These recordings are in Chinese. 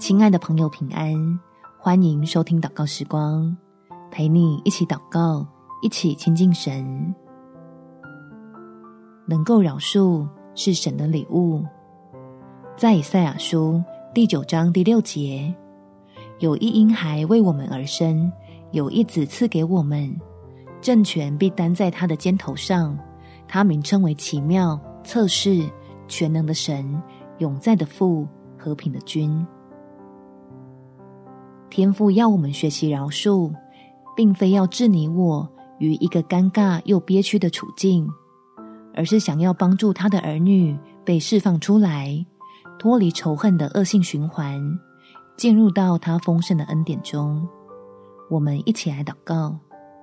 亲爱的朋友平安，欢迎收听祷告时光，陪你一起祷告，一起亲近神。能够饶恕是神的礼物。在以赛亚书第9章第6节，有一婴孩为我们而生，有一子赐给我们，政权必担在他的肩头上，他名称为奇妙、策士、全能的神，永在的父，和平的君。天父要我们学习饶恕，并非要置你我于一个尴尬又憋屈的处境，而是想要帮助他的儿女被释放出来，脱离仇恨的恶性循环，进入到他丰盛的恩典中。我们一起来祷告。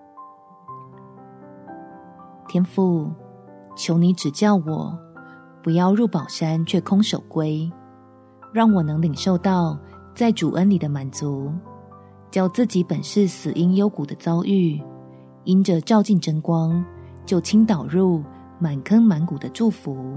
天父，求你指教我，不要入宝山却空手归，让我能领受到在主恩里的满足，叫自己本是死荫幽谷的遭遇，因着照进真光，就倾倒入满坑满谷的祝福，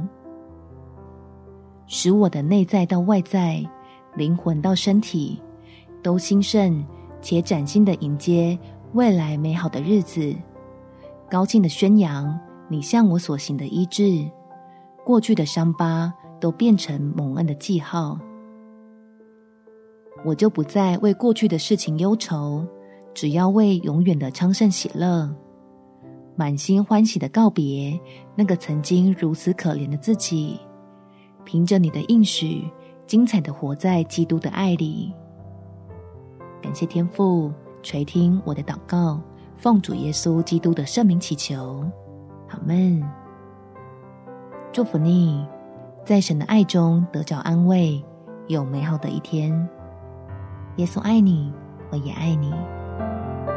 使我的内在到外在，灵魂到身体，都兴盛且崭新的迎接未来美好的日子，高兴的宣扬你向我所行的医治，过去的伤疤都变成蒙恩的记号。我就不再为过去的事情忧愁，只要为永远的昌盛喜乐，满心欢喜的告别那个曾经如此可怜的自己，凭着你的应许，精彩的活在基督的爱里。感谢天父垂听我的祷告，奉主耶稣基督的圣名祈求，阿们。祝福你在神的爱中得着安慰，有美好的一天。耶稣爱你，我也爱你。